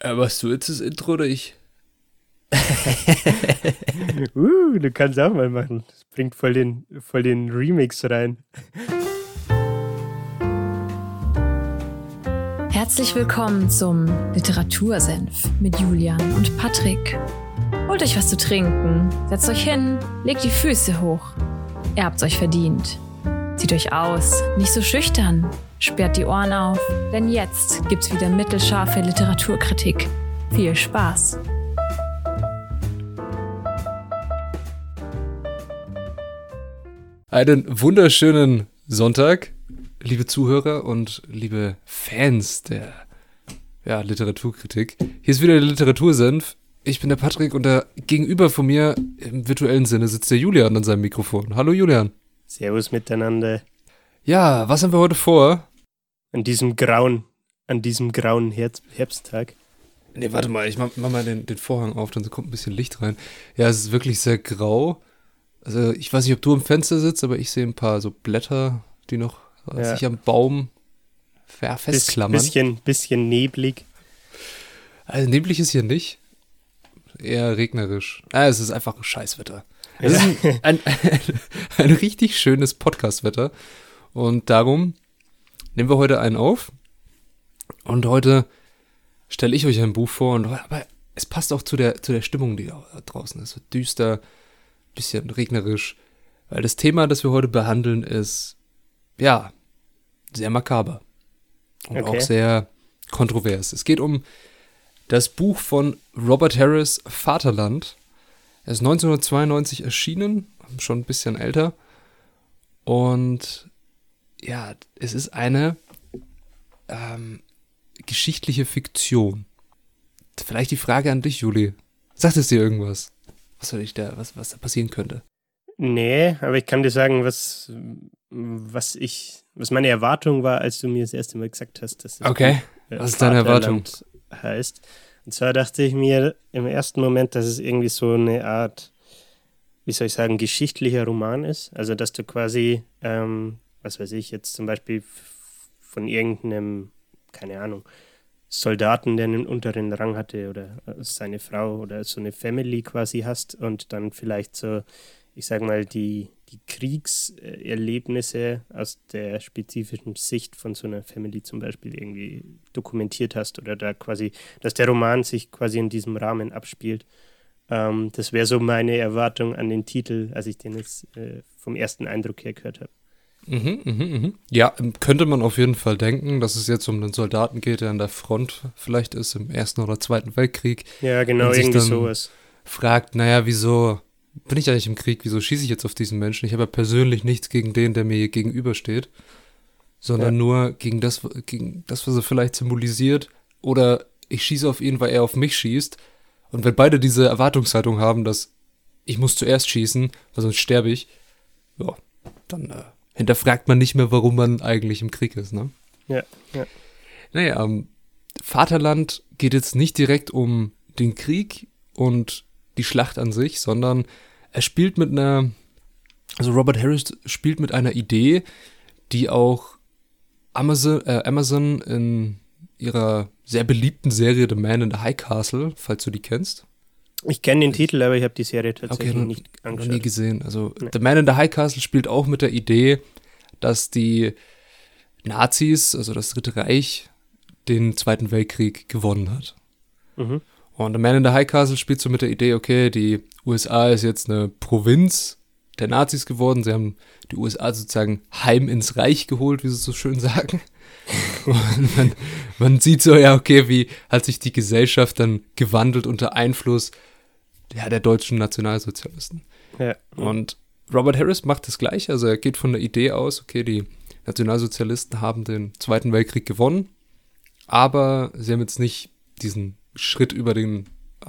Machst du jetzt das Intro oder ich? Du kannst auch mal machen. Das bringt voll den Remix rein. Herzlich willkommen zum Literatursenf mit Julian und Patrick. Holt euch was zu trinken, setzt euch hin, legt die Füße hoch. Ihr habt's euch verdient. Zieht euch aus, nicht so schüchtern. Sperrt die Ohren auf, denn jetzt gibt's wieder mittelscharfe Literaturkritik. Viel Spaß! Einen wunderschönen Sonntag, liebe Zuhörer und liebe Fans der Literaturkritik. Hier ist wieder der Literatursenf. Ich bin der Patrick und da gegenüber von mir im virtuellen Sinne sitzt der Julian an seinem Mikrofon. Hallo Julian. Servus miteinander. Ja, was haben wir heute vor? An diesem grauen Herbsttag. Nee, warte mal, ich mach mal den Vorhang auf, dann kommt ein bisschen Licht rein. Ja, es ist wirklich sehr grau. Also ich weiß nicht, ob du im Fenster sitzt, aber ich sehe ein paar so Blätter, die noch sich am Baum festklammern. Bisschen neblig. Also neblig ist hier nicht. Eher regnerisch. Es ist einfach ein Scheißwetter. Es ist ein richtig schönes Podcast-Wetter. Und darum nehmen wir heute einen auf. Und heute stelle ich euch ein Buch vor. Aber es passt auch zu der Stimmung, die da draußen ist. So düster, bisschen regnerisch. Weil das Thema, das wir heute behandeln, ist, ja, sehr makaber. Und auch sehr kontrovers. Es geht um das Buch von Robert Harris, Vaterland. Er ist 1992 erschienen, schon ein bisschen älter. Und ja, es ist eine geschichtliche Fiktion. Vielleicht die Frage an dich, Juli. Sagt es dir irgendwas? Was da passieren könnte? Nee, aber ich kann dir sagen, was meine Erwartung war, als du mir das erste Mal gesagt hast, dass das Okay, Buch, was ist deine Erwartung? Heißt. Und zwar dachte ich mir im ersten Moment, dass es irgendwie so eine Art, wie soll ich sagen, geschichtlicher Roman ist. Also, dass du quasi, was weiß ich, jetzt zum Beispiel von irgendeinem, keine Ahnung, Soldaten, der einen unteren Rang hatte oder seine Frau oder so eine Family quasi hast und dann vielleicht so, ich sag mal, die Kriegserlebnisse aus der spezifischen Sicht von so einer Family zum Beispiel irgendwie dokumentiert hast oder da quasi, dass der Roman sich quasi in diesem Rahmen abspielt. Das wäre so meine Erwartung an den Titel, als ich den jetzt vom ersten Eindruck her gehört habe. Ja, könnte man auf jeden Fall denken, dass es jetzt um einen Soldaten geht, der an der Front vielleicht ist, im Ersten oder Zweiten Weltkrieg. Ja, genau, irgendwie sowas. Fragt, naja, wieso bin ich eigentlich im Krieg? Wieso schieße ich jetzt auf diesen Menschen? Ich habe ja persönlich nichts gegen den, der mir hier gegenübersteht, sondern nur gegen das, was er vielleicht symbolisiert. Oder ich schieße auf ihn, weil er auf mich schießt. Und wenn beide diese Erwartungshaltung haben, dass ich muss zuerst schießen, weil sonst sterbe ich, ja, dann hinterfragt man nicht mehr, warum man eigentlich im Krieg ist, ne? Ja. Naja, Vaterland geht jetzt nicht direkt um den Krieg und die Schlacht an sich, sondern er spielt Robert Harris spielt mit einer Idee, die auch Amazon in ihrer sehr beliebten Serie The Man in the High Castle, falls du die kennst. Ich kenne den Titel, aber ich habe die Serie tatsächlich nicht angeschaut. Noch nie gesehen. Also The Man in the High Castle spielt auch mit der Idee, dass die Nazis, also das Dritte Reich, den Zweiten Weltkrieg gewonnen hat. Mhm. Und The Man in the High Castle spielt so mit der Idee, okay, die USA ist jetzt eine Provinz der Nazis geworden. Sie haben die USA sozusagen heim ins Reich geholt, wie sie so schön sagen. Und man sieht so, ja, okay, wie hat sich die Gesellschaft dann gewandelt unter Einfluss der deutschen Nationalsozialisten. Ja. Und Robert Harris macht das Gleiche, also er geht von der Idee aus, okay, die Nationalsozialisten haben den Zweiten Weltkrieg gewonnen, aber sie haben jetzt nicht diesen Schritt über den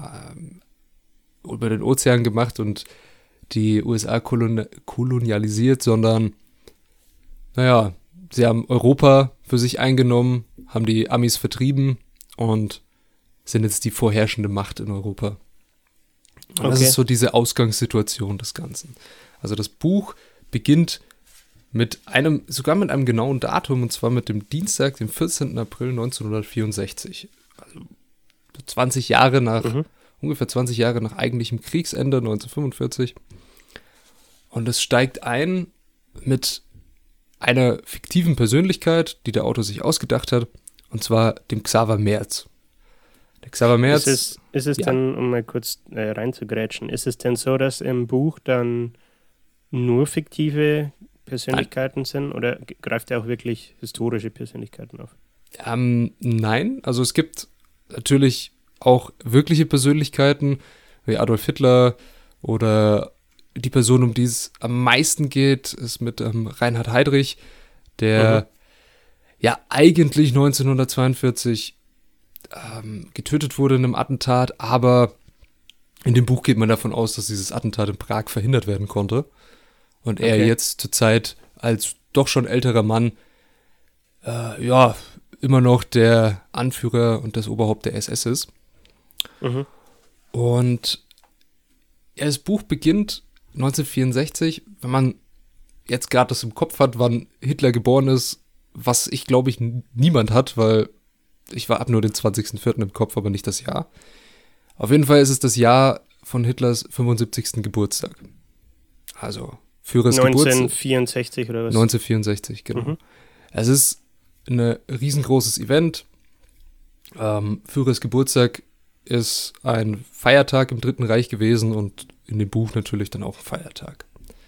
Ozean gemacht und die USA kolonialisiert, sondern, naja, sie haben Europa für sich eingenommen, haben die Amis vertrieben und sind jetzt die vorherrschende Macht in Europa. Und das ist so diese Ausgangssituation des Ganzen. Also das Buch beginnt sogar mit einem genauen Datum, und zwar mit dem Dienstag, dem 14. April 1964. Also ungefähr 20 Jahre nach eigentlichem Kriegsende 1945. Und es steigt ein mit einer fiktiven Persönlichkeit, die der Autor sich ausgedacht hat, und zwar dem Xaver Merz. Der Xaver Merz. Ist es dann, um mal kurz reinzugrätschen, ist es denn so, dass im Buch dann nur fiktive Persönlichkeiten sind oder greift er auch wirklich historische Persönlichkeiten auf? Nein, also es gibt natürlich auch wirkliche Persönlichkeiten, wie Adolf Hitler, oder die Person, um die es am meisten geht, ist mit Reinhard Heydrich, der ja eigentlich 1942 getötet wurde in einem Attentat, aber in dem Buch geht man davon aus, dass dieses Attentat in Prag verhindert werden konnte und er jetzt zur Zeit als doch schon älterer Mann immer noch der Anführer und das Oberhaupt der SS ist. Und das Buch beginnt 1964, wenn man jetzt gerade das im Kopf hat, wann Hitler geboren ist, was ich glaube ich niemand hat, weil ich habe nur den 20.04. im Kopf, aber nicht das Jahr. Auf jeden Fall ist es das Jahr von Hitlers 75. Geburtstag. Also Führers 1964 oder was? 1964, genau. Es ist ein riesengroßes Event. Führers Geburtstag ist ein Feiertag im Dritten Reich gewesen und in dem Buch natürlich dann auch ein Feiertag.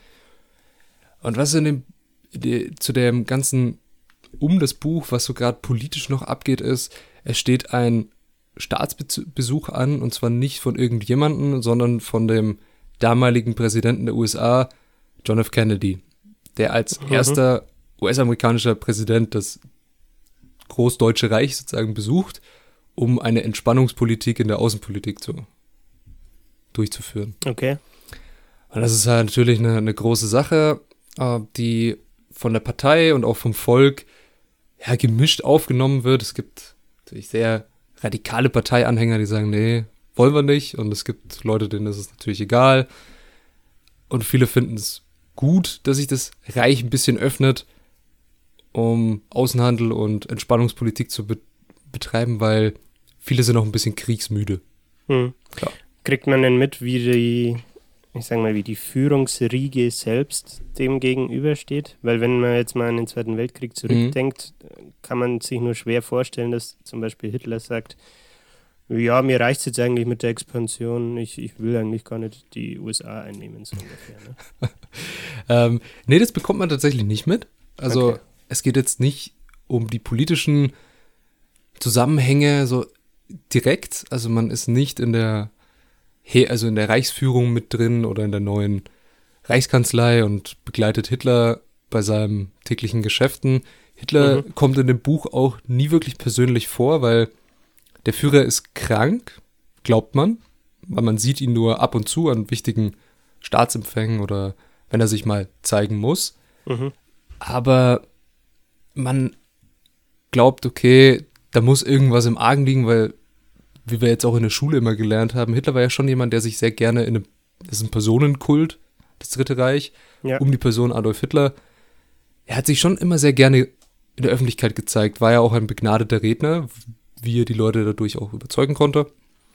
Und was zu dem ganzen das Buch, was so gerade politisch noch abgeht, ist, es steht ein Staatsbesuch an, und zwar nicht von irgendjemandem, sondern von dem damaligen Präsidenten der USA, John F. Kennedy, der als erster US-amerikanischer Präsident das Großdeutsche Reich sozusagen besucht, um eine Entspannungspolitik in der Außenpolitik durchzuführen. Okay. Und das ist halt natürlich eine große Sache, die von der Partei und auch vom Volk gemischt aufgenommen wird. Es gibt natürlich sehr radikale Parteianhänger, die sagen, nee, wollen wir nicht. Und es gibt Leute, denen ist es natürlich egal. Und viele finden es gut, dass sich das Reich ein bisschen öffnet, um Außenhandel und Entspannungspolitik zu betreiben, weil viele sind auch ein bisschen kriegsmüde. Klar. Kriegt man denn mit, wie die Führungsriege selbst dem gegenübersteht? Weil wenn man jetzt mal an den Zweiten Weltkrieg zurückdenkt, kann man sich nur schwer vorstellen, dass zum Beispiel Hitler sagt, ja, mir reicht es jetzt eigentlich mit der Expansion, ich will eigentlich gar nicht die USA einnehmen, so ungefähr. Ne? Nee, das bekommt man tatsächlich nicht mit. Also es geht jetzt nicht um die politischen Zusammenhänge so direkt, also man ist nicht in der Reichsführung mit drin oder in der neuen Reichskanzlei und begleitet Hitler bei seinen täglichen Geschäften. Hitler kommt in dem Buch auch nie wirklich persönlich vor, weil der Führer ist krank, glaubt man, weil man sieht ihn nur ab und zu an wichtigen Staatsempfängen oder wenn er sich mal zeigen muss. Aber man glaubt, okay, da muss irgendwas im Argen liegen, weil, wie wir jetzt auch in der Schule immer gelernt haben, Hitler war ja schon jemand, der sich sehr gerne das ist ein Personenkult, das Dritte Reich, um die Person Adolf Hitler. Er hat sich schon immer sehr gerne in der Öffentlichkeit gezeigt, war ja auch ein begnadeter Redner, wie er die Leute dadurch auch überzeugen konnte.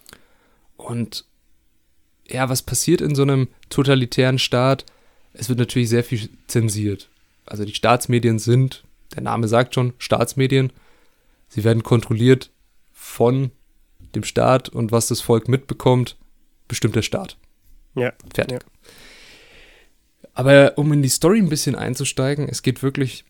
Und was passiert in so einem totalitären Staat? Es wird natürlich sehr viel zensiert. Also die Staatsmedien sind, der Name sagt schon, Staatsmedien. Sie werden kontrolliert von dem Staat und was das Volk mitbekommt, bestimmt der Staat. Ja. Fertig. Ja. Aber um in die Story ein bisschen einzusteigen, es geht wirklich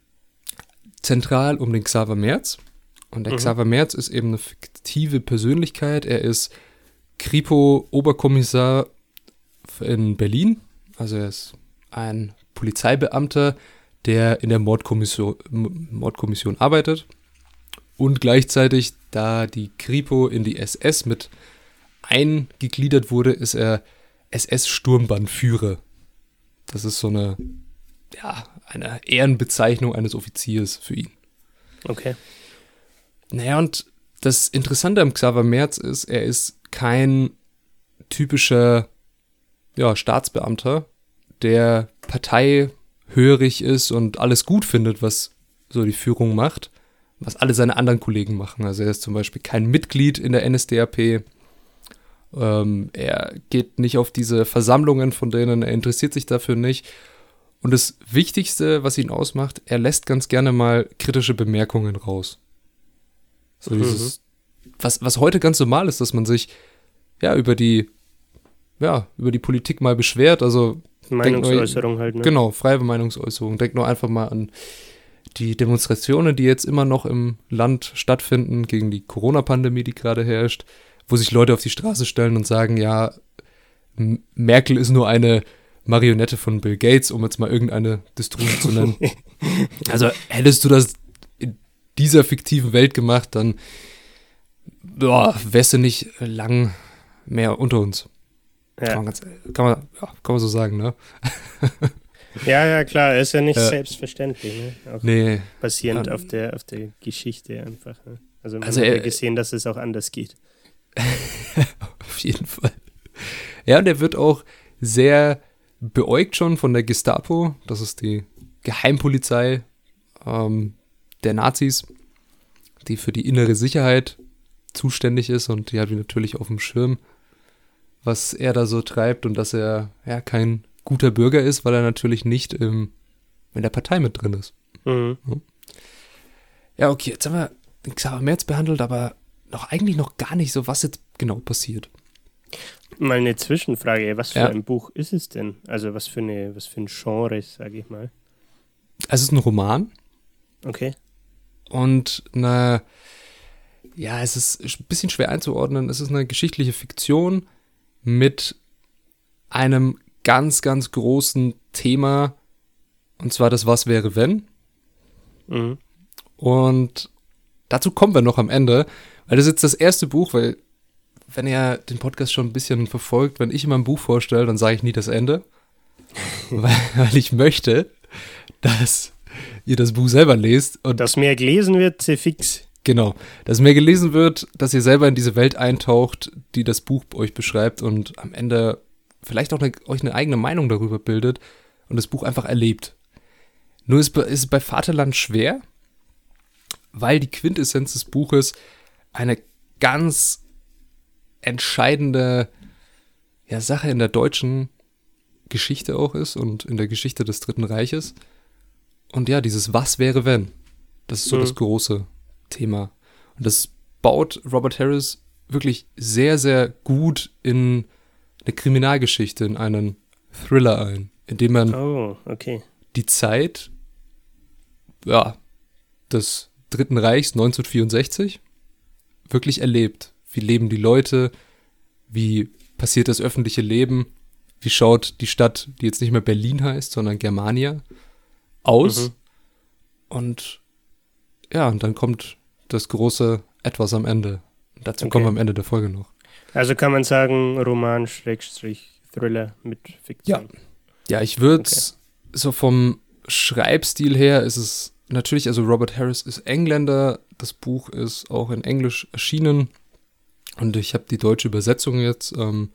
zentral um den Xaver Merz. Und der Xaver Merz ist eben eine fiktive Persönlichkeit. Er ist Kripo-Oberkommissar in Berlin. Also er ist ein Polizeibeamter, der in der Mordkommission arbeitet. Und gleichzeitig, da die Kripo in die SS mit eingegliedert wurde, ist er SS-Sturmbannführer. Das ist so eine Ehrenbezeichnung eines Offiziers für ihn. Okay. Naja, und das Interessante am Xaver Merz ist, er ist kein typischer Staatsbeamter, der parteihörig ist und alles gut findet, was so die Führung macht, was alle seine anderen Kollegen machen. Also er ist zum Beispiel kein Mitglied in der NSDAP. Er geht nicht auf diese Versammlungen von denen, er interessiert sich dafür nicht. Und das Wichtigste, was ihn ausmacht, er lässt ganz gerne mal kritische Bemerkungen raus. So dieses, was heute ganz normal ist, dass man sich über die Politik mal beschwert. Also Meinungsäußerung halt, ne? Genau, freie Meinungsäußerung. Denkt nur einfach mal an die Demonstrationen, die jetzt immer noch im Land stattfinden gegen die Corona-Pandemie, die gerade herrscht, wo sich Leute auf die Straße stellen und sagen, ja, Merkel ist nur eine Marionette von Bill Gates, um jetzt mal irgendeine Dystopie zu nennen. Also hättest du das in dieser fiktiven Welt gemacht, dann wärst du nicht lang mehr unter uns. Ja. Kann man so sagen, ne? Ja, klar, ist ja nicht selbstverständlich, ne? Auch nee. Basierend auf der Geschichte einfach. Ne? Also man hat ja gesehen, dass es auch anders geht. Auf jeden Fall. Ja, und er wird auch sehr beäugt schon von der Gestapo. Das ist die Geheimpolizei der Nazis, die für die innere Sicherheit zuständig ist, und die hat ihn natürlich auf dem Schirm, was er da so treibt, und dass er kein guter Bürger ist, weil er natürlich nicht in der Partei mit drin ist. Mhm. Ja, okay, jetzt haben wir den Xaver Merz behandelt, aber eigentlich noch gar nicht so, was jetzt genau passiert. Mal eine Zwischenfrage, was für ein Buch ist es denn? Also was für ein Genre, sage ich mal. Es ist ein Roman. Okay. Und es ist ein bisschen schwer einzuordnen. Es ist eine geschichtliche Fiktion mit einem ganz, ganz großen Thema, und zwar das Was wäre wenn. Mhm. Und dazu kommen wir noch am Ende, weil das ist jetzt das erste Buch, weil wenn ihr den Podcast schon ein bisschen verfolgt, wenn ich immer ein Buch vorstelle, dann sage ich nie das Ende, weil ich möchte, dass ihr das Buch selber lest. Und dass mehr gelesen wird, c'est fix. Genau, dass mehr gelesen wird, dass ihr selber in diese Welt eintaucht, die das Buch euch beschreibt, und am Ende vielleicht auch euch eine eigene Meinung darüber bildet und das Buch einfach erlebt. Nur ist es bei Vaterland schwer, weil die Quintessenz des Buches eine ganz entscheidende Sache in der deutschen Geschichte auch ist und in der Geschichte des Dritten Reiches. Und dieses Was wäre wenn? Das ist so das große Thema. Und das baut Robert Harris wirklich sehr, sehr gut in eine Kriminalgeschichte, in einen Thriller ein, indem man die Zeit des Dritten Reichs 1964 wirklich erlebt. Wie leben die Leute? Wie passiert das öffentliche Leben? Wie schaut die Stadt, die jetzt nicht mehr Berlin heißt, sondern Germania, aus? Und dann kommt das große Etwas am Ende. Dazu kommen wir am Ende der Folge noch. Also kann man sagen, Roman / Thriller mit Fiktion. Ja, ich würde so vom Schreibstil her ist es natürlich, also Robert Harris ist Engländer, das Buch ist auch in Englisch erschienen und ich habe die deutsche Übersetzung jetzt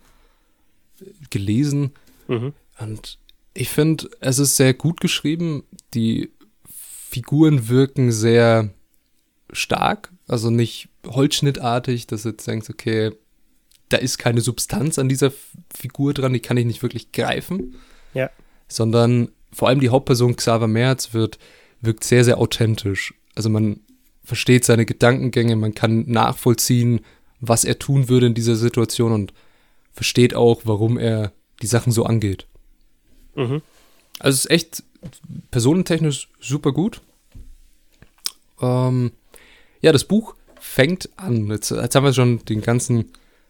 gelesen und ich finde, es ist sehr gut geschrieben, die Figuren wirken sehr stark, also nicht holzschnittartig, dass du jetzt denkst, okay, da ist keine Substanz an dieser Figur dran, die kann ich nicht wirklich greifen. Ja. Sondern vor allem die Hauptperson Xaver Merz wirkt sehr, sehr authentisch. Also man versteht seine Gedankengänge, man kann nachvollziehen, was er tun würde in dieser Situation und versteht auch, warum er die Sachen so angeht. Mhm. Also es ist echt personentechnisch super gut. Das Buch fängt an. Jetzt haben wir schon den ganzen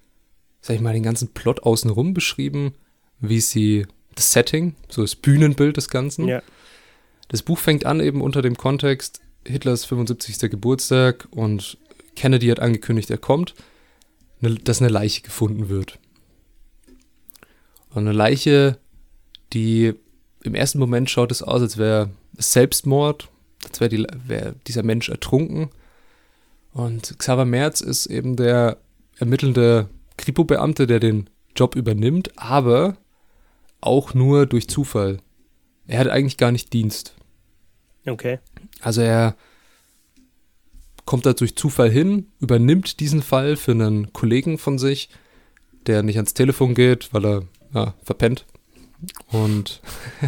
Plot außenrum beschrieben, wie sie das Setting, so das Bühnenbild des Ganzen. Ja. Das Buch fängt an eben unter dem Kontext Hitlers 75. Geburtstag und Kennedy hat angekündigt, er kommt, dass eine Leiche gefunden wird. Und eine Leiche, die im ersten Moment schaut es aus, als wäre es Selbstmord, als wäre dieser Mensch ertrunken. Und Xaver Merz ist eben der ermittelnde Kripo-Beamte, der den Job übernimmt, aber auch nur durch Zufall. Er hat eigentlich gar nicht Dienst. Okay. Also er kommt da durch Zufall hin, übernimmt diesen Fall für einen Kollegen von sich, der nicht ans Telefon geht, weil er verpennt. Und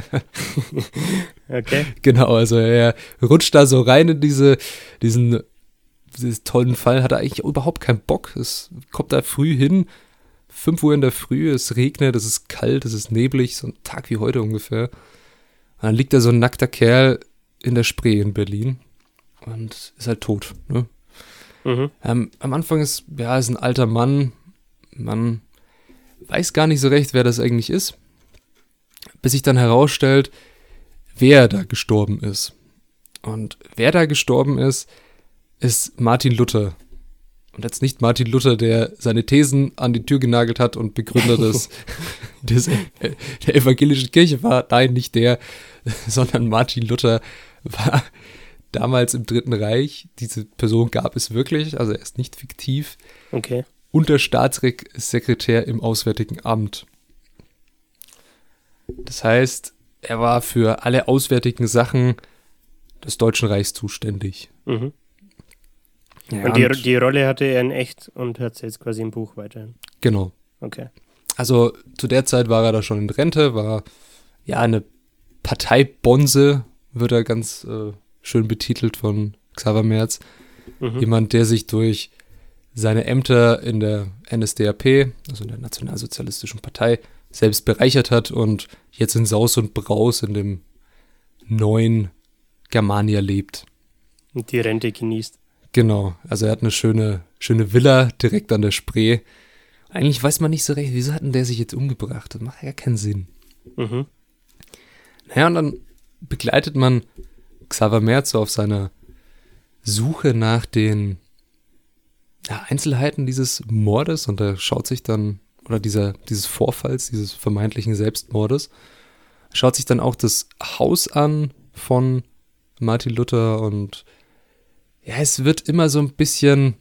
Okay. genau, also er rutscht da so rein in diesen tollen Fall, hat er eigentlich überhaupt keinen Bock. Es kommt da früh hin, 5 Uhr in der Früh, es regnet, es ist kalt, es ist neblig, so ein Tag wie heute ungefähr. Und dann liegt da so ein nackter Kerl in der Spree in Berlin und ist halt tot. Ne? Mhm. Am Anfang ist ein alter Mann, man weiß gar nicht so recht, wer das eigentlich ist, bis sich dann herausstellt, wer da gestorben ist. Und wer da gestorben ist Martin Luther. Und jetzt nicht Martin Luther, der seine Thesen an die Tür genagelt hat und Begründer der evangelischen Kirche war. Nein, nicht der, sondern Martin Luther war damals im Dritten Reich. Diese Person gab es wirklich, also er ist nicht fiktiv. Okay. Unterstaatssekretär im Auswärtigen Amt. Das heißt, er war für alle auswärtigen Sachen des Deutschen Reichs zuständig. Mhm. Ja, Und die Rolle hatte er in echt und hat es jetzt quasi im Buch weiterhin. Genau. Okay. Also zu der Zeit war er da schon in Rente, war eine Parteibonze, wird er ganz schön betitelt von Xaver Merz. Mhm. Jemand, der sich durch seine Ämter in der NSDAP, also in der Nationalsozialistischen Partei, selbst bereichert hat und jetzt in Saus und Braus in dem neuen Germania lebt. Und die Rente genießt. Genau, also er hat eine schöne Villa direkt an der Spree. Eigentlich weiß man nicht so recht, wieso hat denn der sich jetzt umgebracht? Das macht ja keinen Sinn. Mhm. Naja, und dann begleitet man Xaver Merz so auf seiner Suche nach den Einzelheiten dieses Mordes und er schaut sich dann, oder dieses Vorfalls, dieses vermeintlichen Selbstmordes, schaut sich dann auch das Haus an von Martin Luther und es wird immer so ein bisschen,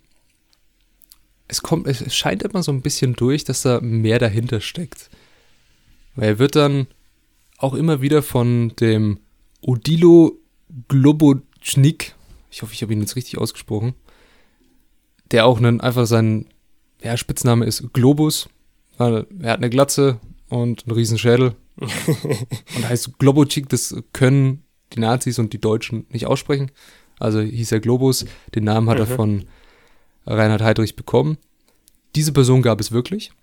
es scheint immer so ein bisschen durch, dass da mehr dahinter steckt. Weil er wird dann auch immer wieder von dem Odilo Globocnik, ich hoffe, ich habe ihn jetzt richtig ausgesprochen, der auch einfach sein Spitzname ist Globus, weil er hat eine Glatze und einen riesen Schädel und heißt Globocnik, das können die Nazis und die Deutschen nicht aussprechen. Also hieß er Globus, den Namen hat er von Reinhard Heydrich bekommen. Diese Person gab es wirklich.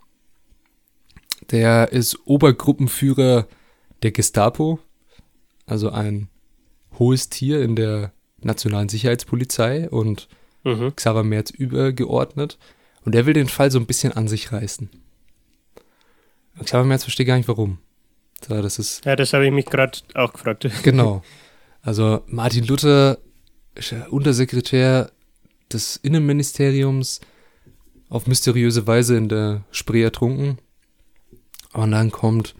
Der ist Obergruppenführer der Gestapo, also ein hohes Tier in der Nationalen Sicherheitspolizei und Xaver Merz übergeordnet. Und der will den Fall so ein bisschen an sich reißen. Und Xaver Merz versteht gar nicht, warum. Das habe ich mich gerade auch gefragt. Genau. Also Martin Luther, Untersekretär des Innenministeriums, auf mysteriöse Weise in der Spree ertrunken. Und dann kommt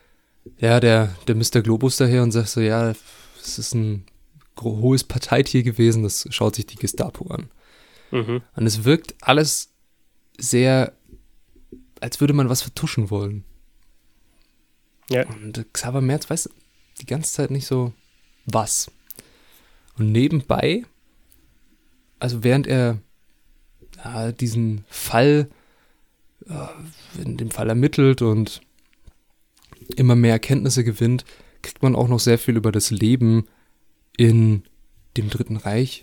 der Mr. Globus daher und sagt so, es ist ein hohes Parteitier gewesen, das schaut sich die Gestapo an. Mhm. Und es wirkt alles sehr, als würde man was vertuschen wollen. Ja. Und Xaver Merz weiß die ganze Zeit nicht so, was. Und nebenbei, also während er diesen Fall, in dem Fall ermittelt und immer mehr Erkenntnisse gewinnt, kriegt man auch noch sehr viel über das Leben in dem Dritten Reich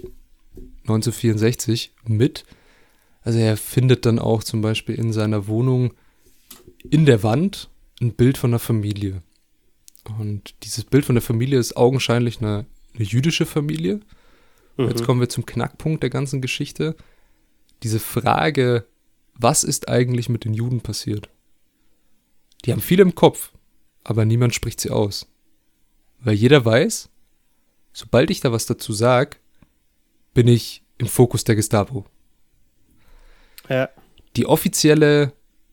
1964 mit. Also er findet dann auch zum Beispiel in seiner Wohnung in der Wand ein Bild von einer Familie. Und dieses Bild von der Familie ist augenscheinlich eine jüdische Familie. Mhm. Jetzt kommen wir zum Knackpunkt der ganzen Geschichte. Diese Frage, was ist eigentlich mit den Juden passiert? Die haben viele im Kopf, aber niemand spricht sie aus. Weil jeder weiß, sobald ich da was dazu sage, bin ich im Fokus der Gestapo. Ja. Die offizielle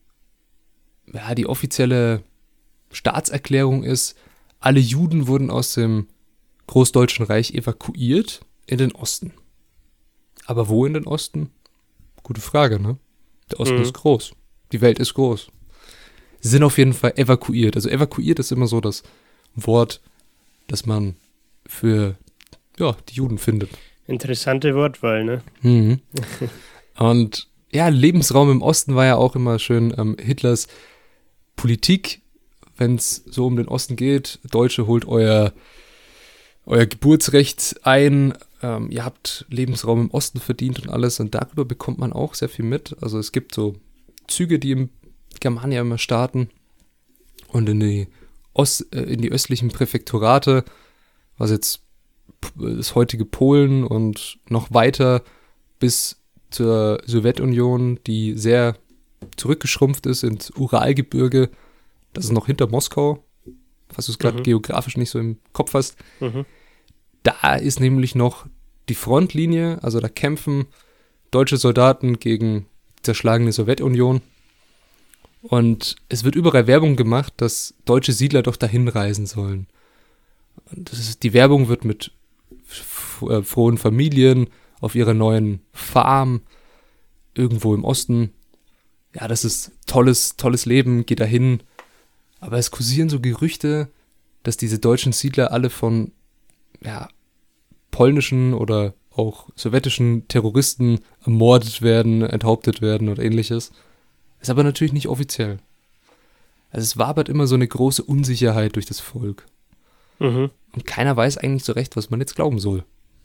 Staatserklärung ist, alle Juden wurden aus dem Großdeutschen Reich evakuiert in den Osten. Aber wo in den Osten? Gute Frage, ne? Der Osten ist groß. Die Welt ist groß. Sie sind auf jeden Fall evakuiert. Also evakuiert ist immer so das Wort, das man für die Juden findet. Interessante Wortwahl, ne? Mhm. Und ja, Lebensraum im Osten war ja auch immer schön Hitlers Politik, wenn es so um den Osten geht. Deutsche, holt euer Geburtsrecht ein. Ihr habt Lebensraum im Osten verdient und alles. Und darüber bekommt man auch sehr viel mit. Also es gibt so Züge, die im Germania immer starten und in die östlichen Präfekturate, was jetzt das heutige Polen und noch weiter bis zur Sowjetunion, die sehr zurückgeschrumpft ist ins Uralgebirge. Das ist noch hinter Moskau, falls du es gerade geografisch nicht so im Kopf hast. Mhm. Da ist nämlich noch die Frontlinie, also da kämpfen deutsche Soldaten gegen die zerschlagene Sowjetunion. Und es wird überall Werbung gemacht, dass deutsche Siedler doch dahin reisen sollen. Und die Werbung wird mit frohen Familien auf ihrer neuen Farm irgendwo im Osten. Ja, das ist tolles Leben, geht dahin. Aber es kursieren so Gerüchte, dass diese deutschen Siedler alle von polnischen oder auch sowjetischen Terroristen ermordet werden, enthauptet werden oder ähnliches. Ist aber natürlich nicht offiziell. Also es wabert immer so eine große Unsicherheit durch das Volk. Mhm. Und keiner weiß eigentlich so recht, was man jetzt glauben soll.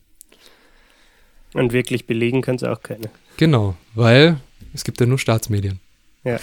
Und wirklich belegen kann es auch keiner. Genau, weil es gibt ja nur Staatsmedien. Ja.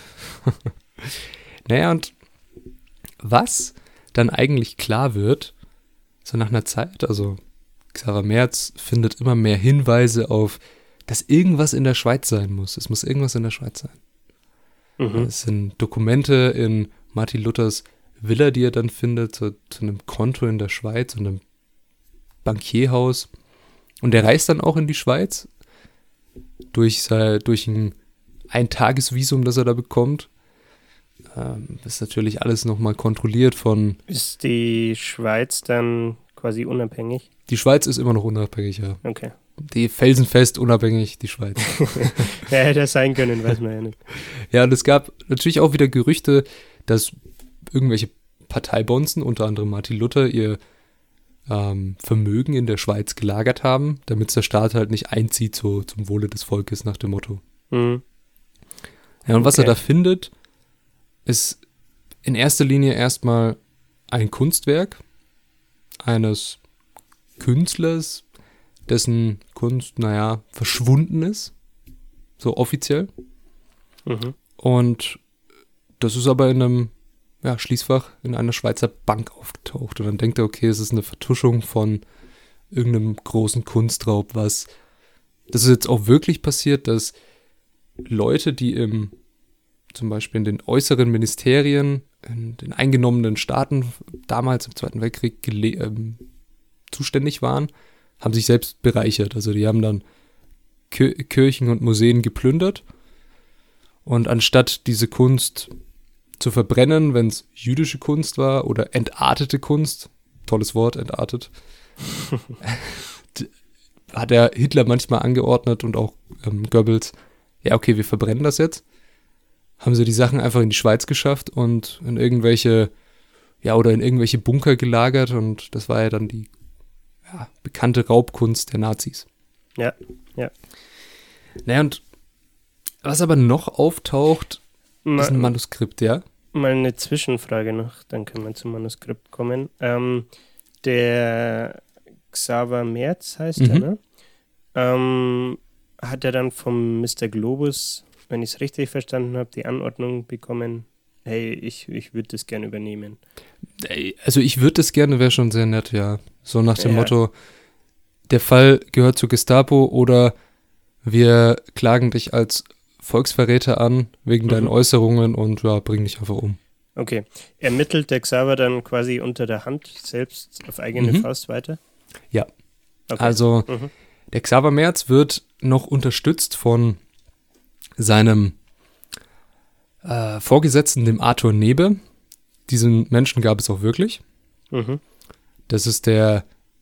Naja, und was dann eigentlich klar wird, so nach einer Zeit, also Xaver Merz findet immer mehr Hinweise auf, dass irgendwas in der Schweiz sein muss. Es muss irgendwas in der Schweiz sein. Mhm. Es sind Dokumente in Martin Luthers Villa, die er dann findet, zu einem Konto in der Schweiz und einem Bankierhaus. Und er reist dann auch in die Schweiz durch ein Eintagesvisum, das er da bekommt. Das ist natürlich alles nochmal kontrolliert von... Ist die Schweiz dann quasi unabhängig? Die Schweiz ist immer noch unabhängig, ja. Okay. Die felsenfest unabhängig, die Schweiz. Ja, hätte das sein können, weiß man ja nicht. Ja, und es gab natürlich auch wieder Gerüchte, dass irgendwelche Parteibonzen, unter anderem Martin Luther, ihr Vermögen in der Schweiz gelagert haben, damit der Staat halt nicht einzieht zum Wohle des Volkes nach dem Motto. Mhm. Ja, und was er da findet, ist in erster Linie erstmal ein Kunstwerk eines Künstlers, dessen Kunst, verschwunden ist. So offiziell. Mhm. Und das ist aber in einem Schließfach in einer Schweizer Bank aufgetaucht. Und dann denkt er, okay, es ist eine Vertuschung von irgendeinem großen Kunstraub, das ist jetzt auch wirklich passiert, dass Leute, die zum Beispiel in den äußeren Ministerien, in den eingenommenen Staaten damals im Zweiten Weltkrieg zuständig waren, haben sich selbst bereichert. Also die haben dann Kirchen und Museen geplündert und anstatt diese Kunst zu verbrennen, wenn es jüdische Kunst war oder entartete Kunst, tolles Wort, entartet, hat der Hitler manchmal angeordnet und auch Goebbels, ja okay, wir verbrennen das jetzt. Haben sie die Sachen einfach in die Schweiz geschafft und in irgendwelche Bunker gelagert und das war ja dann die bekannte Raubkunst der Nazis. Ja. Naja, und was aber noch auftaucht, ist ein Manuskript, ja? Mal eine Zwischenfrage noch, dann können wir zum Manuskript kommen. Der Xaver Merz heißt er, ne? Hat er dann vom Mr. Globus, wenn ich es richtig verstanden habe, die Anordnung bekommen, hey, ich würde das gerne übernehmen. Also ich würde das gerne, wäre schon sehr nett, ja. So nach dem Motto, der Fall gehört zur Gestapo oder wir klagen dich als Volksverräter an wegen deinen Äußerungen und bring dich einfach um. Okay. Ermittelt der Xaver dann quasi unter der Hand selbst auf eigene Faust weiter? Ja. Okay. Also der Xaver Merz wird noch unterstützt von seinem Vorgesetzten, dem Arthur Nebe. Diesen Menschen gab es auch wirklich. Mhm. Das ist der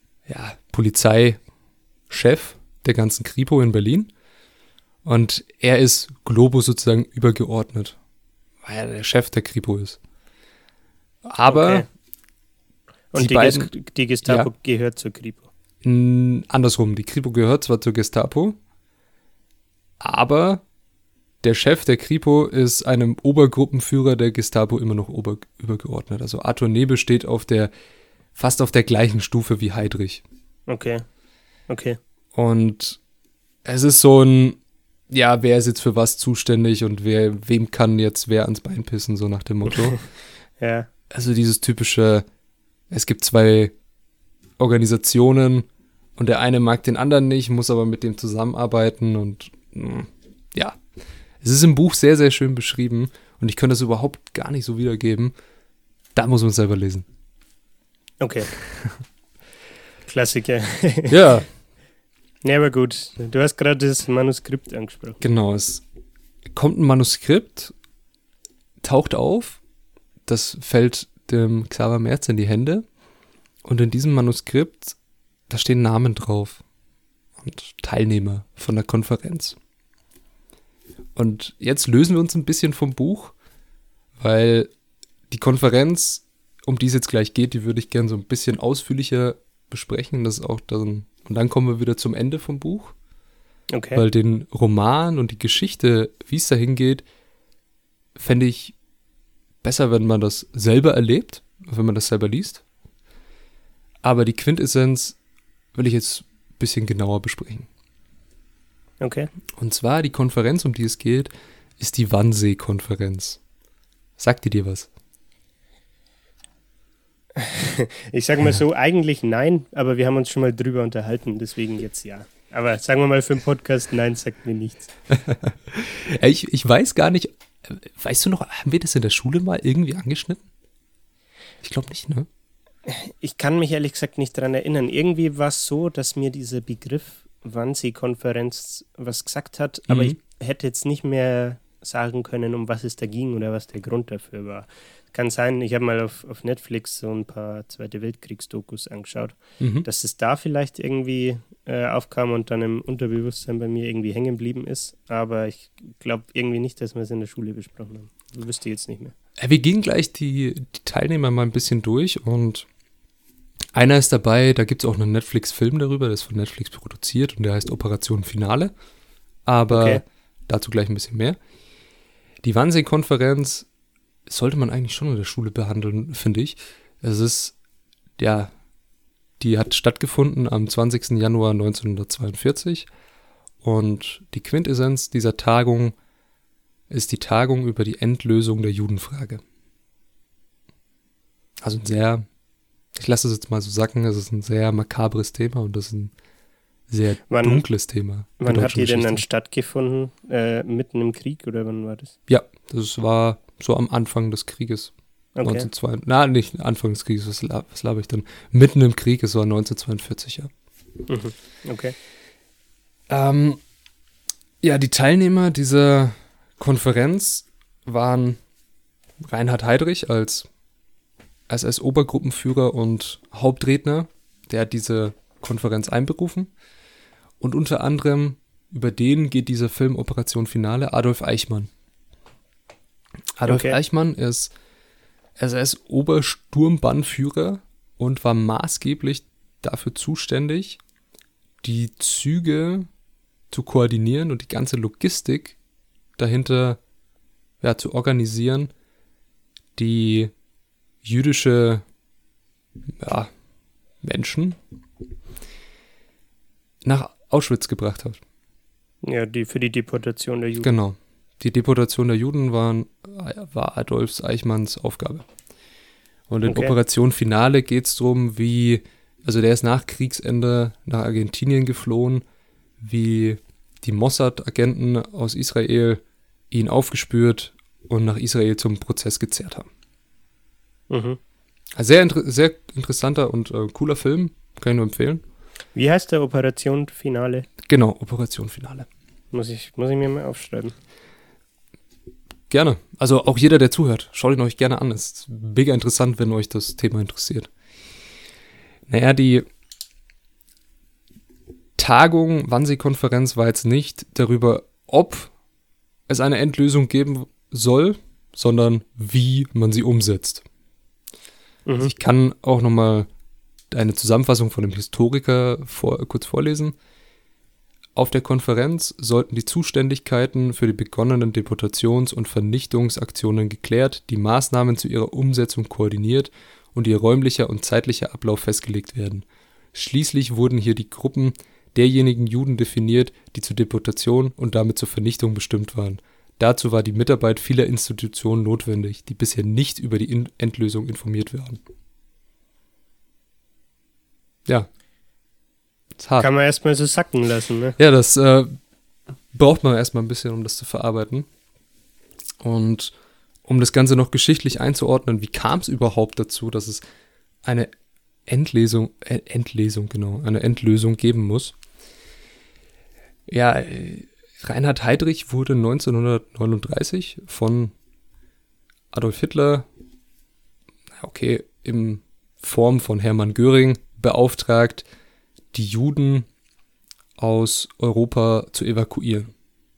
Polizeichef der ganzen Kripo in Berlin. Und er ist Globo sozusagen übergeordnet, weil er der Chef der Kripo ist. Aber und die Gestapo gehört zur Kripo. Andersrum, die Kripo gehört zwar zur Gestapo, aber der Chef der Kripo ist einem Obergruppenführer der Gestapo immer noch übergeordnet. Also Arthur Nebel steht fast auf der gleichen Stufe wie Heydrich. Okay. Und es ist so ein, ja, wer ist jetzt für was zuständig und wem kann jetzt wer ans Bein pissen, so nach dem Motto. Ja. Also dieses typische, es gibt zwei Organisationen und der eine mag den anderen nicht, muss aber mit dem zusammenarbeiten und ja. Es ist im Buch sehr, sehr schön beschrieben und ich könnte das überhaupt gar nicht so wiedergeben. Da muss man es selber lesen. Okay. Klassiker. Ja. Ja, aber gut. Du hast gerade das Manuskript angesprochen. Genau, es kommt ein Manuskript, taucht auf, das fällt dem Xaver Merz in die Hände und in diesem Manuskript, da stehen Namen drauf und Teilnehmer von der Konferenz. Und jetzt lösen wir uns ein bisschen vom Buch, weil die Konferenz, um die es jetzt gleich geht, die würde ich gerne so ein bisschen ausführlicher besprechen. Das ist auch dann, und dann kommen wir wieder zum Ende vom Buch. Okay. Weil den Roman und die Geschichte, wie es dahin geht, fände ich besser, wenn man das selber erlebt, wenn man das selber liest. Aber die Quintessenz will ich jetzt ein bisschen genauer besprechen. Okay. Und zwar die Konferenz, um die es geht, ist die Wannsee-Konferenz. Sagt die dir was? Ich sage mal so, eigentlich nein, aber wir haben uns schon mal drüber unterhalten, deswegen jetzt ja. Aber sagen wir mal für den Podcast, nein, sagt mir nichts. Ich weiß gar nicht, weißt du noch, haben wir das in der Schule mal irgendwie angeschnitten? Ich glaube nicht, ne? Ich kann mich ehrlich gesagt nicht daran erinnern. Irgendwie war es so, dass mir dieser Begriff Wannsee-Konferenz was gesagt hat, aber ich hätte jetzt nicht mehr sagen können, um was es da ging oder was der Grund dafür war. Kann sein, ich habe mal auf Netflix so ein paar Zweite Weltkriegs-Dokus angeschaut, dass es da vielleicht irgendwie aufkam und dann im Unterbewusstsein bei mir irgendwie hängen geblieben ist, aber ich glaube irgendwie nicht, dass wir es in der Schule besprochen haben. Ich wüsste jetzt nicht mehr. Wir gehen gleich die Teilnehmer mal ein bisschen durch und einer ist dabei, da gibt es auch einen Netflix-Film darüber, der ist von Netflix produziert und der heißt Operation Finale. Aber dazu gleich ein bisschen mehr. Die Wannsee-Konferenz sollte man eigentlich schon in der Schule behandeln, finde ich. Es ist, ja, die hat stattgefunden am 20. Januar 1942 und die Quintessenz dieser Tagung ist die Tagung über die Endlösung der Judenfrage. Also ein sehr, ich lasse es jetzt mal so sacken, es ist ein sehr makabres Thema und das ist ein sehr dunkles Thema. Wann hat die denn dann stattgefunden? Mitten im Krieg oder wann war das? Ja, das war so am Anfang des Krieges. Okay. Nicht Anfang des Krieges, was laber ich denn? Mitten im Krieg, es war 1942, ja. Okay. Ja, die Teilnehmer dieser Konferenz waren Reinhard Heydrich als SS-Obergruppenführer und Hauptredner, der hat diese Konferenz einberufen. Und unter anderem über den geht dieser Film Operation Finale, Adolf Eichmann. Adolf Eichmann ist SS-Obersturmbannführer und war maßgeblich dafür zuständig, die Züge zu koordinieren und die ganze Logistik dahinter zu organisieren, die jüdische Menschen nach Auschwitz gebracht hat. Ja, für die Deportation der Juden. Genau. Die Deportation der Juden war Adolf Eichmanns Aufgabe. Und in Operation Finale geht es darum, also der ist nach Kriegsende nach Argentinien geflohen, wie die Mossad-Agenten aus Israel ihn aufgespürt und nach Israel zum Prozess gezerrt haben. Also sehr interessanter und cooler Film, kann ich nur empfehlen. Wie heißt der Operation Finale? Genau, Operation Finale. Muss ich mir mal aufschreiben. Gerne. Also auch jeder, der zuhört, schaut ihn euch gerne an. Es ist mega interessant, wenn euch das Thema interessiert. Naja, die Tagung, Wannsee-Konferenz war jetzt nicht darüber, ob es eine Endlösung geben soll, sondern wie man sie umsetzt. Also ich kann auch nochmal eine Zusammenfassung von dem Historiker kurz vorlesen. Auf der Konferenz sollten die Zuständigkeiten für die begonnenen Deportations- und Vernichtungsaktionen geklärt, die Maßnahmen zu ihrer Umsetzung koordiniert und ihr räumlicher und zeitlicher Ablauf festgelegt werden. Schließlich wurden hier die Gruppen derjenigen Juden definiert, die zur Deportation und damit zur Vernichtung bestimmt waren. Dazu war die Mitarbeit vieler Institutionen notwendig, die bisher nicht über die Endlösung informiert waren. Ja. Ist hart. Kann man erstmal so sacken lassen, ne? Ja, das braucht man erstmal ein bisschen, um das zu verarbeiten. Und um das Ganze noch geschichtlich einzuordnen, wie kam es überhaupt dazu, dass es eine eine Endlösung geben muss? Ja, Reinhard Heydrich wurde 1939 von Adolf Hitler, in Form von Hermann Göring, beauftragt, die Juden aus Europa zu evakuieren.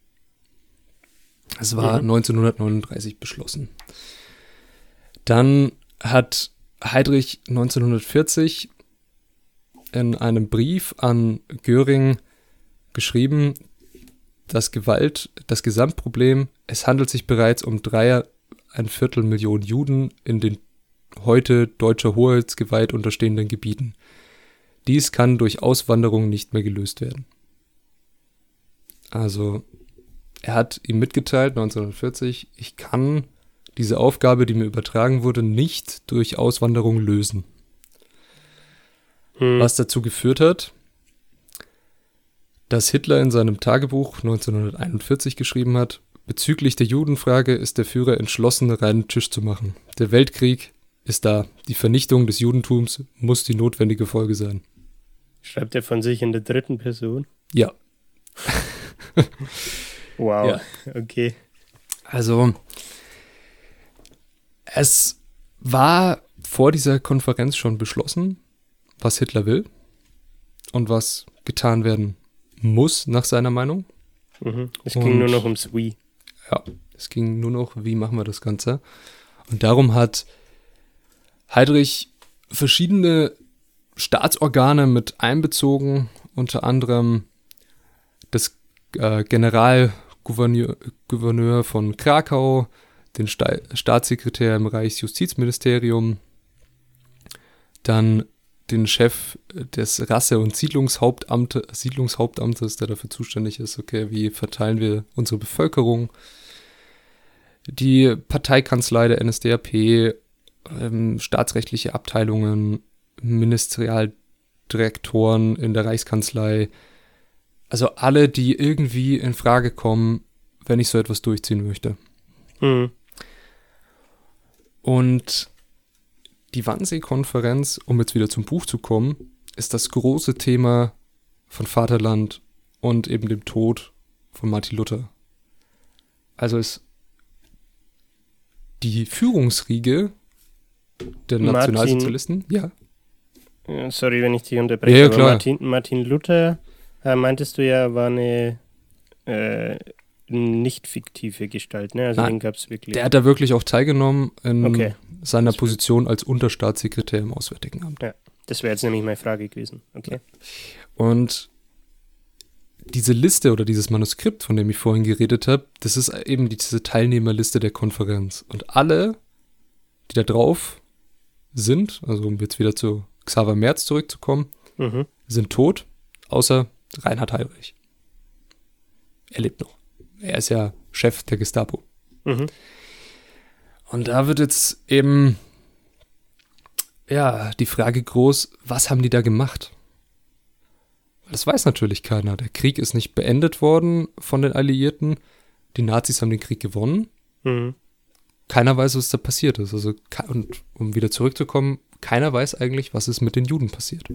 Das war 1939 beschlossen. Dann hat Heydrich 1940 in einem Brief an Göring geschrieben, das Gesamtproblem, es handelt sich bereits um 3,25 Millionen Juden in den heute deutscher Hoheitsgewalt unterstehenden Gebieten. Dies kann durch Auswanderung nicht mehr gelöst werden. Also, er hat ihm mitgeteilt, 1940, ich kann diese Aufgabe, die mir übertragen wurde, nicht durch Auswanderung lösen. Was dazu geführt hat, dass Hitler in seinem Tagebuch 1941 geschrieben hat, bezüglich der Judenfrage ist der Führer entschlossen, reinen Tisch zu machen. Der Weltkrieg ist da. Die Vernichtung des Judentums muss die notwendige Folge sein. Schreibt er von sich in der dritten Person? Ja. Wow, Ja. Okay. Also, es war vor dieser Konferenz schon beschlossen, was Hitler will und was getan werden muss, nach seiner Meinung. Es ging nur noch ums Wie. Ja, es ging nur noch, wie machen wir das Ganze? Und darum hat Heydrich verschiedene Staatsorgane mit einbezogen, unter anderem das Generalgouverneur von Krakau, den Staatssekretär im Reichsjustizministerium, dann den Chef des Rasse- und Siedlungshauptamtes, der dafür zuständig ist, okay, wie verteilen wir unsere Bevölkerung, die Parteikanzlei der NSDAP, staatsrechtliche Abteilungen, Ministerialdirektoren in der Reichskanzlei, also alle, die irgendwie in Frage kommen, wenn ich so etwas durchziehen möchte. Und die Wannsee-Konferenz, um jetzt wieder zum Buch zu kommen, ist das große Thema von Vaterland und eben dem Tod von Martin Luther. Also ist die Führungsriege der Nationalsozialisten, ja. Sorry, wenn ich dich unterbreche, Ja, aber klar. Martin Luther, meintest du ja, war eine nicht fiktive Gestalt, ne? Also Nein, den gab es wirklich. Der hat da wirklich auch teilgenommen in seiner Das Position als Unterstaatssekretär im Auswärtigen Amt. Ja, das wäre jetzt nämlich meine Frage gewesen. Okay. Und diese Liste oder dieses Manuskript, von dem ich vorhin geredet habe, das ist eben diese Teilnehmerliste der Konferenz. Und alle, die da drauf sind, also um jetzt wieder zu Xaver Merz zurückzukommen, sind tot, außer Reinhard Heydrich. Er lebt noch. Er ist ja Chef der Gestapo. Und da wird jetzt eben die Frage groß, was haben die da gemacht? Das weiß natürlich keiner. Der Krieg ist nicht beendet worden von den Alliierten. Die Nazis haben den Krieg gewonnen. Keiner weiß, was da passiert ist. Also, und um wieder zurückzukommen, keiner weiß eigentlich, was ist mit den Juden passiert.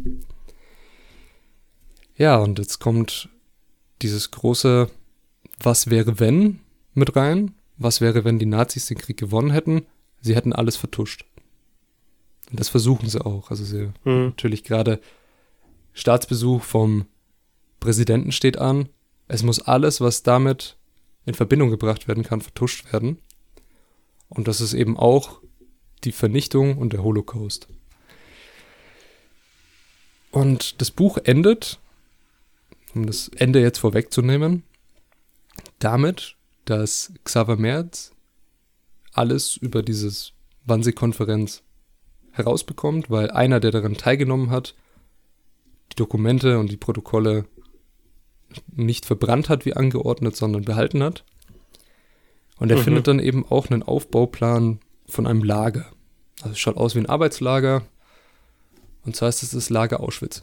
Ja, und jetzt kommt dieses große Was wäre wenn mit rein. Was wäre, wenn die Nazis den Krieg gewonnen hätten? Sie hätten alles vertuscht. Und das versuchen sie auch. Also sie natürlich gerade Staatsbesuch vom Präsidenten steht an. Es muss alles, was damit in Verbindung gebracht werden kann, vertuscht werden. Und das ist eben auch die Vernichtung und der Holocaust. Und das Buch endet, um das Ende jetzt vorwegzunehmen, damit, dass Xaver Merz alles über dieses Wannsee-Konferenz herausbekommt, weil einer, der daran teilgenommen hat, die Dokumente und die Protokolle nicht verbrannt hat wie angeordnet, sondern behalten hat. Und er findet dann eben auch einen Aufbauplan von einem Lager. Also es schaut aus wie ein Arbeitslager. Und zwar ist es das Lager Auschwitz.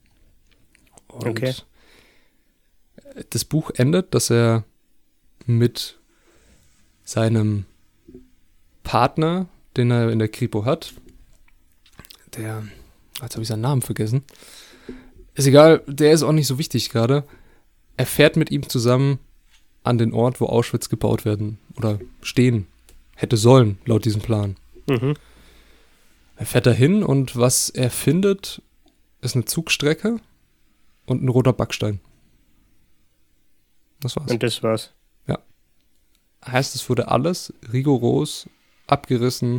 Und das Buch endet, dass er mit seinem Partner, den er in der Kripo hat, jetzt habe ich seinen Namen vergessen, ist egal, der ist auch nicht so wichtig gerade, er fährt mit ihm zusammen an den Ort, wo Auschwitz gebaut werden oder stehen hätte sollen, laut diesem Plan. Er fährt dahin und was er findet, ist eine Zugstrecke und ein roter Backstein. Das war's. Und das war's. Ja. Heißt, es wurde alles rigoros abgerissen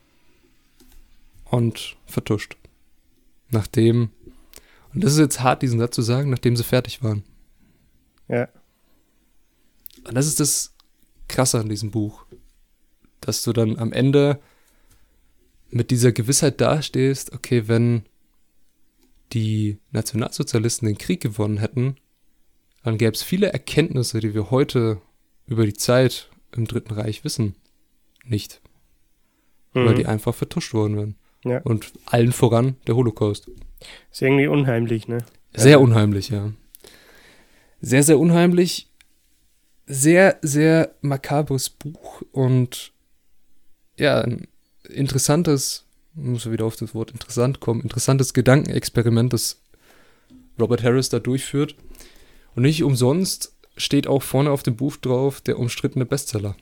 und vertuscht. Nachdem, und das ist jetzt hart, diesen Satz zu sagen, nachdem sie fertig waren. Ja. Und das ist das Krasse an diesem Buch. Dass du dann am Ende mit dieser Gewissheit dastehst, okay, wenn die Nationalsozialisten den Krieg gewonnen hätten, dann gäbe es viele Erkenntnisse, die wir heute über die Zeit im Dritten Reich wissen, nicht. Weil die einfach vertuscht worden wären. Ja. Und allen voran der Holocaust. Ist irgendwie unheimlich, ne? Sehr unheimlich, ja. Sehr, sehr unheimlich. Sehr, sehr makabres Buch und ja, ein interessantes, muss wieder auf das Wort interessant kommen, interessantes Gedankenexperiment, das Robert Harris da durchführt. Und nicht umsonst steht auch vorne auf dem Buch drauf, der umstrittene Bestseller.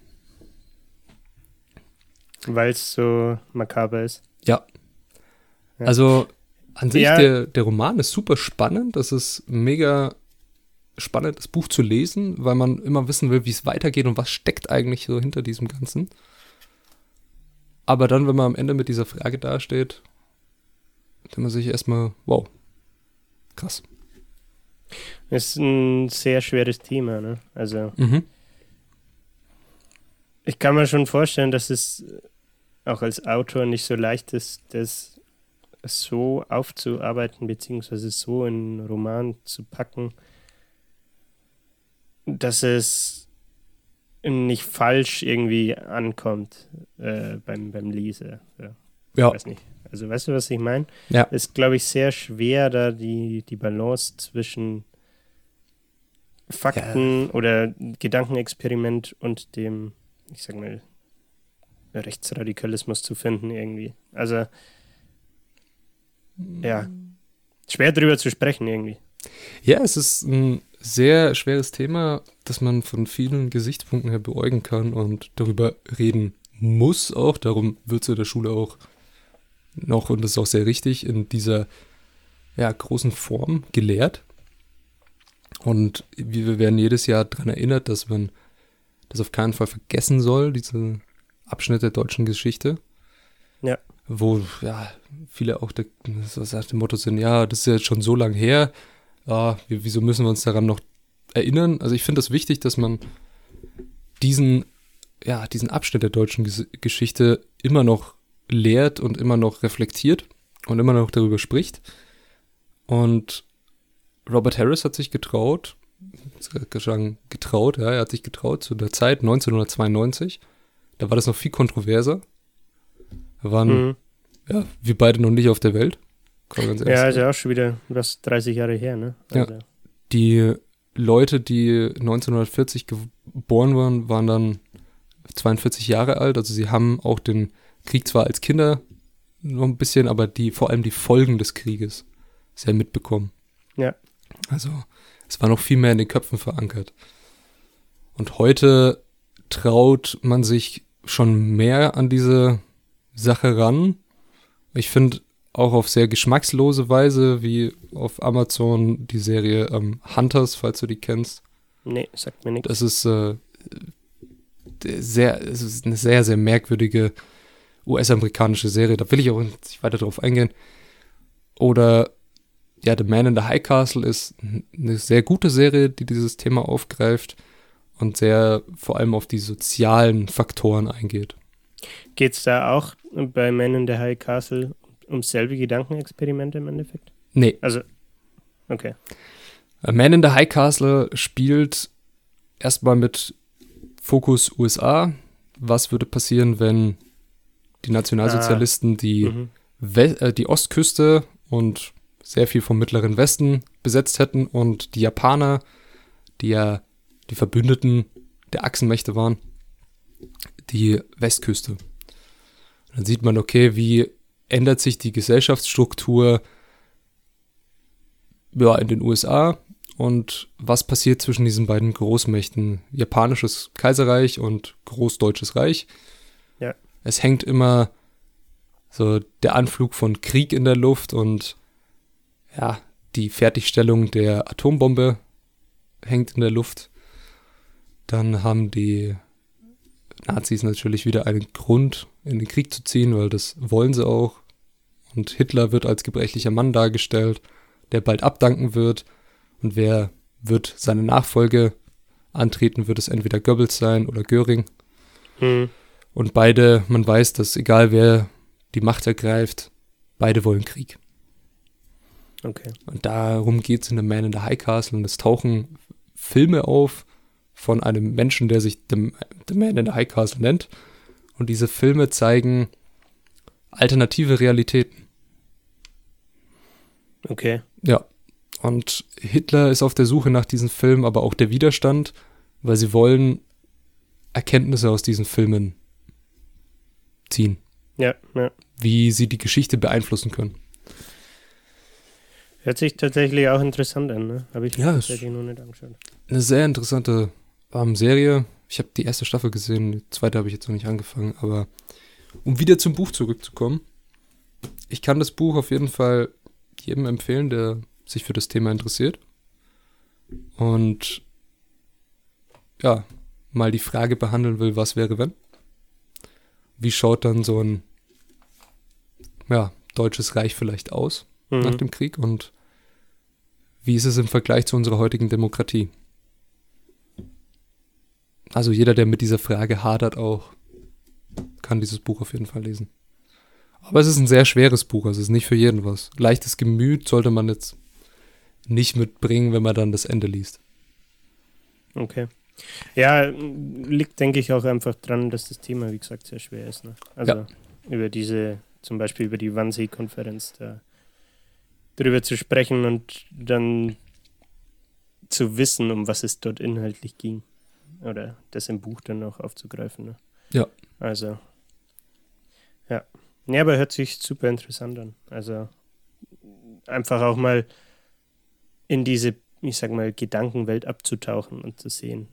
Weil es so makaber ist. Ja. Also an sich, der Roman ist super spannend. Das ist mega spannend, das Buch zu lesen, weil man immer wissen will, wie es weitergeht und was steckt eigentlich so hinter diesem Ganzen. Aber dann, wenn man am Ende mit dieser Frage dasteht, denkt man sich erstmal, wow, krass. Ist ein sehr schweres Thema, ne? Also ich kann mir schon vorstellen, dass es auch als Autor nicht so leicht ist, das so aufzuarbeiten, beziehungsweise so in einen Roman zu packen, dass es nicht falsch irgendwie ankommt beim Leser. Ja. Ich weiß nicht. Also weißt du, was ich meine? Ja. Ist, glaube ich, sehr schwer, da die Balance zwischen Fakten oder Gedankenexperiment und dem, ich sag mal, Rechtsradikalismus zu finden irgendwie. Also ja, schwer drüber zu sprechen irgendwie. Ja, es ist ein sehr schweres Thema, das man von vielen Gesichtspunkten her beäugen kann und darüber reden muss auch. Darum wird es in der Schule auch noch, und das ist auch sehr richtig, in dieser großen Form gelehrt. Und wir werden jedes Jahr daran erinnert, dass man das auf keinen Fall vergessen soll, diese Abschnitt der deutschen Geschichte. Ja. Wo viele auch nach dem Motto sind, das ist ja jetzt schon so lang her, wieso müssen wir uns daran noch erinnern? Also ich finde es wichtig, dass man diesen Abschnitt der deutschen Geschichte immer noch lehrt und immer noch reflektiert und immer noch darüber spricht. Und Robert Harris hat sich getraut, er hat sich getraut zu der Zeit 1992, da war das noch viel kontroverser. Da waren wir beide noch nicht auf der Welt. Ganz ja, ist ja auch schon wieder 30 Jahre her, ne? Also. Ja. Die Leute, die 1940 geboren waren, waren dann 42 Jahre alt. Also sie haben auch den Krieg zwar als Kinder noch ein bisschen, aber vor allem die Folgen des Krieges sehr mitbekommen. Ja. Also es war noch viel mehr in den Köpfen verankert. Und heute traut man sich schon mehr an diese Sache ran. Ich finde auch auf sehr geschmackslose Weise, wie auf Amazon die Serie Hunters, falls du die kennst. Nee, sagt mir nichts. Das ist eine sehr, sehr merkwürdige US-amerikanische Serie. Da will ich auch nicht weiter drauf eingehen. Oder ja, The Man in the High Castle ist eine sehr gute Serie, die dieses Thema aufgreift und sehr vor allem auf die sozialen Faktoren eingeht. Geht es da auch bei Man in the High Castle um selbe Gedankenexperimente im Endeffekt? Nee. Also, okay. Man in the High Castle spielt erstmal mit Fokus USA. Was würde passieren, wenn die Nationalsozialisten die Ostküste und sehr viel vom Mittleren Westen besetzt hätten und die Japaner, die ja die Verbündeten der Achsenmächte waren, die Westküste. Dann sieht man, okay, wie ändert sich die Gesellschaftsstruktur in den USA und was passiert zwischen diesen beiden Großmächten, Japanisches Kaiserreich und Großdeutsches Reich. Ja. Es hängt immer so der Anflug von Krieg in der Luft und ja, die Fertigstellung der Atombombe hängt in der Luft. Dann haben die Nazis natürlich wieder einen Grund, in den Krieg zu ziehen, weil das wollen sie auch. Und Hitler wird als gebrechlicher Mann dargestellt, der bald abdanken wird. Und wer wird seine Nachfolge antreten, wird es entweder Goebbels sein oder Göring. Und beide, man weiß, dass egal wer die Macht ergreift, beide wollen Krieg. Okay. Und darum geht es in The Man in the High Castle. Und es tauchen Filme auf von einem Menschen, der sich The Man in the High Castle nennt. Und diese Filme zeigen alternative Realitäten. Okay. Ja. Und Hitler ist auf der Suche nach diesen Filmen, aber auch der Widerstand, weil sie wollen Erkenntnisse aus diesen Filmen ziehen. Ja. Wie sie die Geschichte beeinflussen können. Hört sich tatsächlich auch interessant an, ne? Habe ich Ja, tatsächlich noch nicht angeschaut. Eine sehr interessante Serie. Ich habe die erste Staffel gesehen, die zweite habe ich jetzt noch nicht angefangen, aber um wieder zum Buch zurückzukommen, ich kann das Buch auf jeden Fall jedem empfehlen, der sich für das Thema interessiert und ja, mal die Frage behandeln will, was wäre wenn? Wie schaut dann so ein deutsches Reich vielleicht aus nach dem Krieg und wie ist es im Vergleich zu unserer heutigen Demokratie? Also jeder, der mit dieser Frage hadert auch, kann dieses Buch auf jeden Fall lesen. Aber es ist ein sehr schweres Buch, also es ist nicht für jeden was. Leichtes Gemüt sollte man jetzt nicht mitbringen, wenn man dann das Ende liest. Okay. Ja, liegt, denke ich, auch einfach dran, dass das Thema, wie gesagt, sehr schwer ist. Ne? Also zum Beispiel über die Wannsee-Konferenz darüber zu sprechen und dann zu wissen, um was es dort inhaltlich ging. Oder das im Buch dann auch aufzugreifen. Ne? Ja. Also, ja. Ja, aber hört sich super interessant an. Also, einfach auch mal in diese, ich sag mal, Gedankenwelt abzutauchen und zu sehen.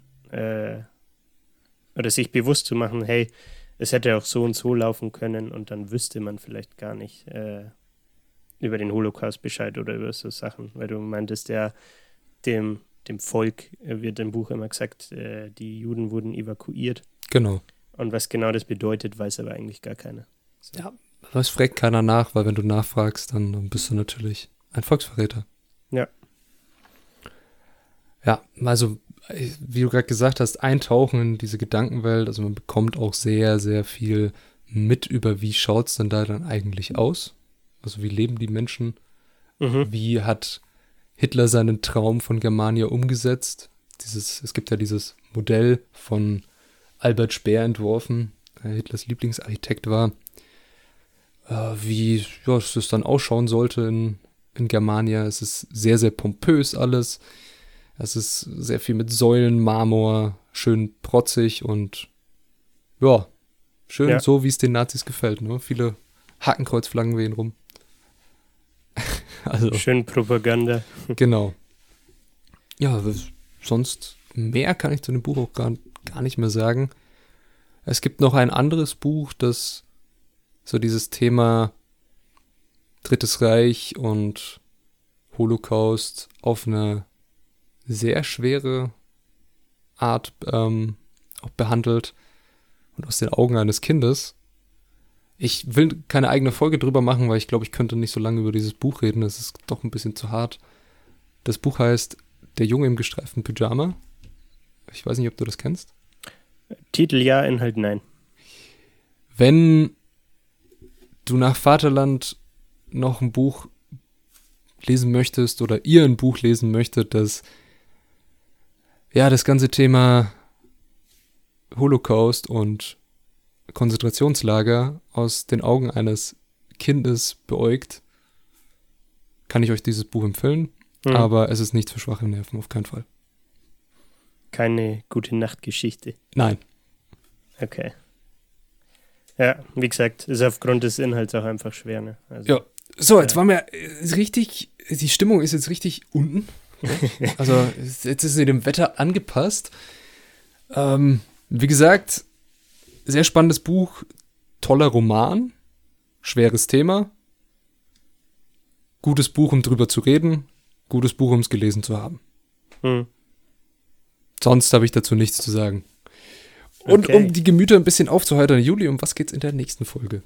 Oder sich bewusst zu machen, hey, es hätte auch so und so laufen können und dann wüsste man vielleicht gar nicht über den Holocaust Bescheid oder über so Sachen. Weil du meintest ja, dem Volk wird im Buch immer gesagt, die Juden wurden evakuiert. Genau. Und was genau das bedeutet, weiß aber eigentlich gar keiner. So. Ja, was fragt keiner nach, weil wenn du nachfragst, dann bist du natürlich ein Volksverräter. Ja. Ja, also wie du gerade gesagt hast, eintauchen in diese Gedankenwelt, also man bekommt auch sehr, sehr viel mit über, wie schaut es denn da dann eigentlich aus? Also wie leben die Menschen? Wie hat Hitler seinen Traum von Germania umgesetzt? Es gibt ja dieses Modell von Albert Speer entworfen, der Hitlers Lieblingsarchitekt war, wie es dann ausschauen sollte in Germania. Es ist sehr, sehr pompös alles. Es ist sehr viel mit Säulen, Marmor, schön protzig und schön so, wie es den Nazis gefällt. Ne? Viele Hakenkreuzflaggen wehen rum. Also, schön Propaganda. Genau. Ja, sonst mehr kann ich zu dem Buch auch gar nicht mehr sagen. Es gibt noch ein anderes Buch, das so dieses Thema Drittes Reich und Holocaust auf eine sehr schwere Art auch behandelt und aus den Augen eines Kindes. Ich will keine eigene Folge drüber machen, weil ich glaube, ich könnte nicht so lange über dieses Buch reden. Das ist doch ein bisschen zu hart. Das Buch heißt Der Junge im gestreiften Pyjama. Ich weiß nicht, ob du das kennst. Titel ja, Inhalt nein. Wenn du nach Vaterland noch ein Buch lesen möchtest oder ihr ein Buch lesen möchtet, das das ganze Thema Holocaust und Konzentrationslager aus den Augen eines Kindes beäugt, kann ich euch dieses Buch empfehlen, aber es ist nicht für schwache Nerven, auf keinen Fall. Keine gute Nachtgeschichte. Nein. Okay. Ja, wie gesagt, ist aufgrund des Inhalts auch einfach schwer, ne? Also, ja. So, jetzt waren wir richtig, die Stimmung ist jetzt richtig unten. Also, jetzt ist sie dem Wetter angepasst. Wie gesagt, sehr spannendes Buch, toller Roman, schweres Thema, gutes Buch, um drüber zu reden, gutes Buch, um es gelesen zu haben. Sonst habe ich dazu nichts zu sagen. Und okay. Um die Gemüter ein bisschen aufzuheitern, Juli, um was geht's in der nächsten Folge?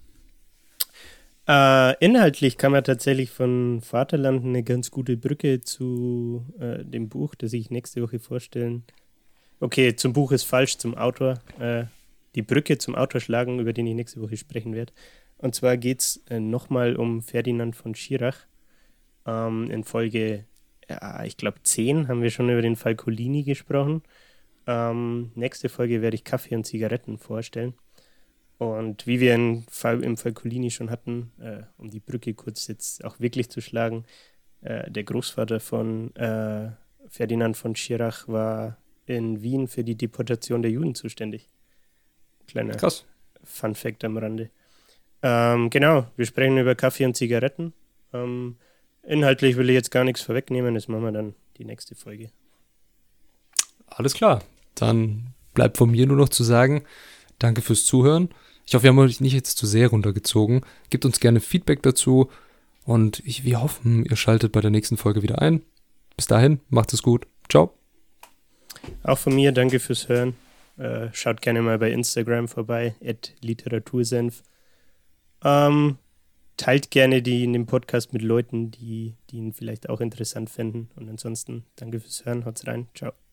Inhaltlich kann man tatsächlich von Vaterland eine ganz gute Brücke zu dem Buch, das ich nächste Woche vorstellen. Okay, zum Buch ist falsch, zum Autor. Die Brücke zum Autor schlagen, über den ich nächste Woche sprechen werde. Und zwar geht es nochmal um Ferdinand von Schirach. In Folge, ich glaube 10 haben wir schon über den Fall Coligny gesprochen. Nächste Folge werde ich Kaffee und Zigaretten vorstellen. Und wie wir im Fall Coligny schon hatten, um die Brücke kurz jetzt auch wirklich zu schlagen, der Großvater von Ferdinand von Schirach war in Wien für die Deportation der Juden zuständig. Kleiner Krass. Fun-Fact am Rande. Genau, wir sprechen über Kaffee und Zigaretten. Inhaltlich will ich jetzt gar nichts vorwegnehmen, das machen wir dann die nächste Folge. Alles klar, dann bleibt von mir nur noch zu sagen, danke fürs Zuhören. Ich hoffe, wir haben euch nicht jetzt zu sehr runtergezogen. Gebt uns gerne Feedback dazu und wir hoffen, ihr schaltet bei der nächsten Folge wieder ein. Bis dahin, macht es gut. Ciao. Auch von mir, danke fürs Hören. Schaut gerne mal bei Instagram vorbei, @literatursenf. Teilt gerne den Podcast mit Leuten, die ihn vielleicht auch interessant finden. Und ansonsten, danke fürs Hören, haut's rein, ciao.